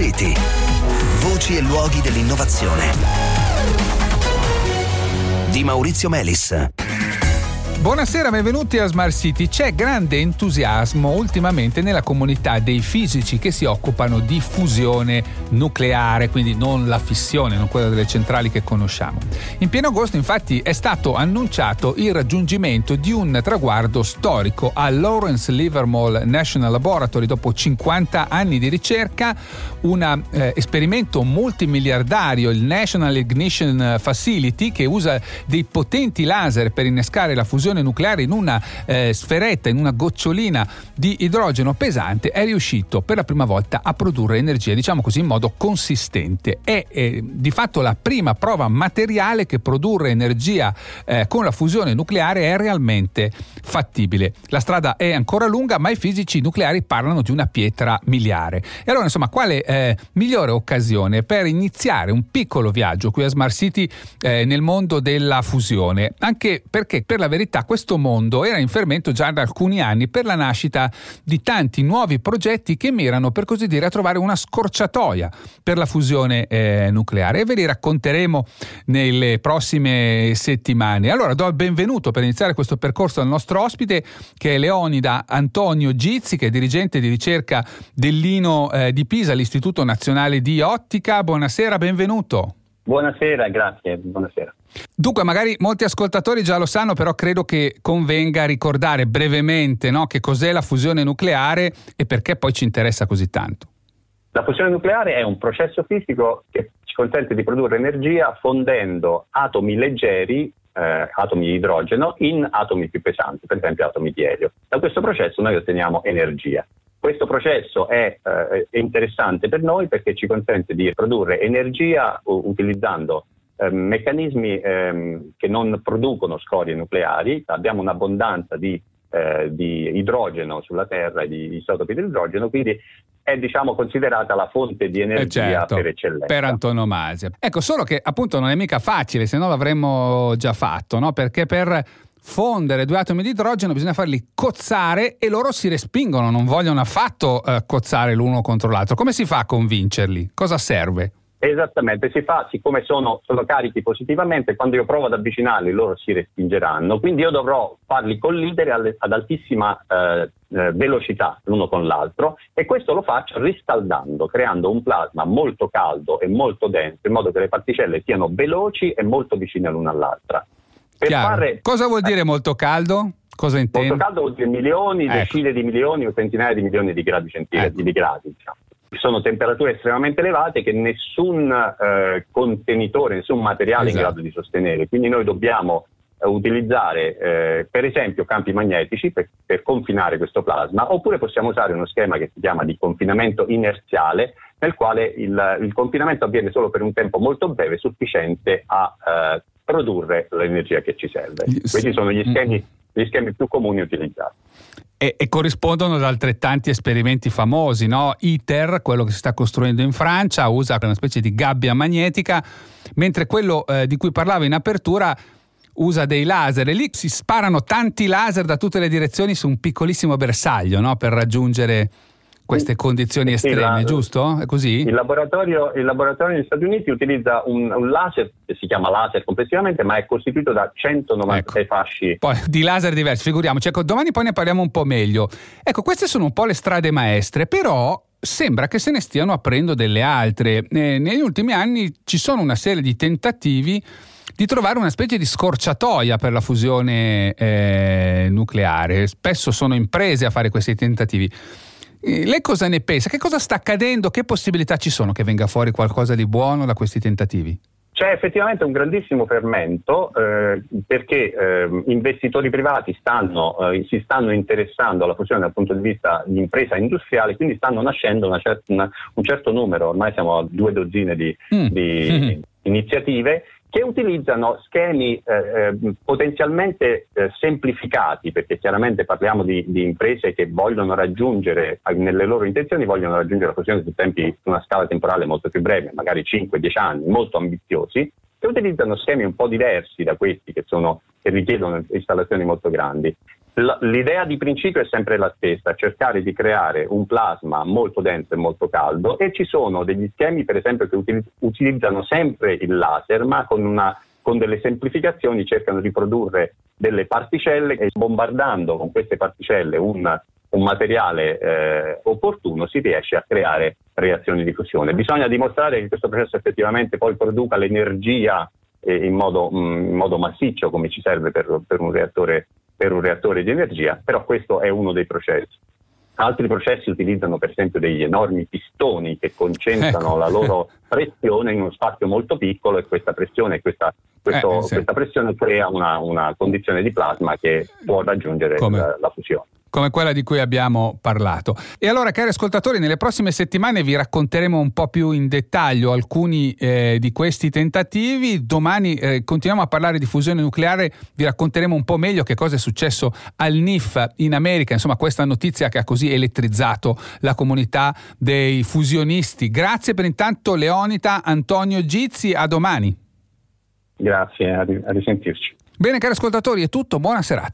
City. Voci e luoghi dell'innovazione. Di Maurizio Melis. Buonasera, benvenuti a Smart City. C'è grande entusiasmo ultimamente nella comunità dei fisici che si occupano di fusione nucleare, quindi non la fissione, non quella delle centrali che conosciamo. In pieno agosto, infatti, è stato annunciato il raggiungimento di un traguardo storico al Lawrence Livermore National Laboratory. Dopo 50 anni di ricerca, un esperimento multimiliardario, il National Ignition Facility, che usa dei potenti laser per innescare la fusione nucleare in una sferetta, in una gocciolina di idrogeno pesante, è riuscito per la prima volta a produrre energia, diciamo così, in modo consistente. È di fatto la prima prova materiale che produrre energia con la fusione nucleare è realmente fattibile. La strada è ancora lunga, ma i fisici nucleari parlano di una pietra miliare. E allora, insomma, quale migliore occasione per iniziare un piccolo viaggio qui a Smart City nel mondo della fusione? Anche perché, per la verità, questo mondo era in fermento già da alcuni anni per la nascita di tanti nuovi progetti che mirano, per così dire, a trovare una scorciatoia per la fusione nucleare, e ve li racconteremo nelle prossime settimane. Allora do il benvenuto per iniziare questo percorso al nostro ospite, che è Leonida Antonio Gizzi, che è dirigente di ricerca dell'INO di Pisa, l'Istituto Nazionale di Ottica. Buonasera, benvenuto. Buonasera, grazie, buonasera. Dunque, magari molti ascoltatori già lo sanno, però credo che convenga ricordare brevemente, no, che cos'è la fusione nucleare e perché poi ci interessa così tanto. La fusione nucleare è un processo fisico che ci consente di produrre energia fondendo atomi leggeri, atomi di idrogeno, in atomi più pesanti, per esempio atomi di elio. Da questo processo noi otteniamo energia. Questo processo è interessante per noi perché ci consente di produrre energia utilizzando meccanismi che non producono scorie nucleari. Abbiamo un'abbondanza di idrogeno sulla Terra e di isotopi di idrogeno, quindi è, diciamo, considerata la fonte di energia, certo, per eccellenza. Per antonomasia. Ecco, solo che appunto non è mica facile, se no l'avremmo già fatto, no? Perché per fondere due atomi di idrogeno bisogna farli cozzare e loro si respingono, non vogliono affatto cozzare l'uno contro l'altro. Come si fa a convincerli? Cosa serve? Esattamente, si fa, siccome sono carichi positivamente, quando io provo ad avvicinarli loro si respingeranno, quindi io dovrò farli collidere ad altissima velocità l'uno con l'altro, e questo lo faccio riscaldando, creando un plasma molto caldo e molto denso, in modo che le particelle siano veloci e molto vicine l'una all'altra. Cosa vuol dire molto caldo? Cosa intendi? Molto caldo vuol dire milioni, decine di milioni o centinaia di milioni di gradi centigradi, di gradi, diciamo. Sono temperature estremamente elevate che nessun contenitore, nessun materiale è in grado di sostenere, quindi noi dobbiamo utilizzare per esempio campi magnetici per confinare questo plasma, oppure possiamo usare uno schema che si chiama di confinamento inerziale, nel quale il confinamento avviene solo per un tempo molto breve, sufficiente a produrre l'energia che ci serve. Questi sono gli schemi più comuni utilizzati. E corrispondono ad altrettanti esperimenti famosi, no? ITER, quello che si sta costruendo in Francia, usa una specie di gabbia magnetica, mentre quello di cui parlavo in apertura usa dei laser, e lì si sparano tanti laser da tutte le direzioni su un piccolissimo bersaglio, no? Per raggiungere queste condizioni estreme, giusto? È così? Il laboratorio negli Stati Uniti utilizza un laser che si chiama laser complessivamente, ma è costituito da 196 fasci. Poi di laser diversi, figuriamoci. Ecco, domani poi ne parliamo un po' meglio. Ecco, queste sono un po' le strade maestre, però sembra che se ne stiano aprendo delle altre. Negli ultimi anni ci sono una serie di tentativi di trovare una specie di scorciatoia per la fusione nucleare. Spesso sono imprese a fare questi tentativi. Lei cosa ne pensa? Che cosa sta accadendo? Che possibilità ci sono che venga fuori qualcosa di buono da questi tentativi? C'è effettivamente un grandissimo fermento perché investitori privati si stanno interessando alla fusione dal punto di vista di impresa industriale, quindi stanno nascendo un certo numero, ormai siamo a 2 dozzine di iniziative che utilizzano schemi potenzialmente semplificati, perché chiaramente parliamo di imprese che vogliono raggiungere, nelle loro intenzioni vogliono raggiungere la fusione su tempi, su una scala temporale molto più breve, magari 5-10 anni, molto ambiziosi, che utilizzano schemi un po' diversi da questi che richiedono installazioni molto grandi. L'idea di principio è sempre la stessa, cercare di creare un plasma molto denso e molto caldo, e ci sono degli schemi per esempio che utilizzano sempre il laser, ma con delle semplificazioni cercano di produrre delle particelle e bombardando con queste particelle un materiale opportuno si riesce a creare reazioni di fusione. Bisogna dimostrare che questo processo effettivamente poi produca l'energia in modo massiccio, come ci serve per un reattore di energia, però questo è uno dei processi. Altri processi utilizzano per esempio degli enormi pistoni che concentrano la loro pressione in uno spazio molto piccolo, e questa pressione questa pressione crea una condizione di plasma che può raggiungere la fusione. Come quella di cui abbiamo parlato. E allora, cari ascoltatori, nelle prossime settimane vi racconteremo un po' più in dettaglio alcuni di questi tentativi. Domani continuiamo a parlare di fusione nucleare, vi racconteremo un po' meglio che cosa è successo al NIF in America, insomma questa notizia che ha così elettrizzato la comunità dei fusionisti. Grazie per intanto Leonita, Antonio Gizzi, a domani. Grazie, a risentirci. Bene cari ascoltatori, è tutto, buona serata.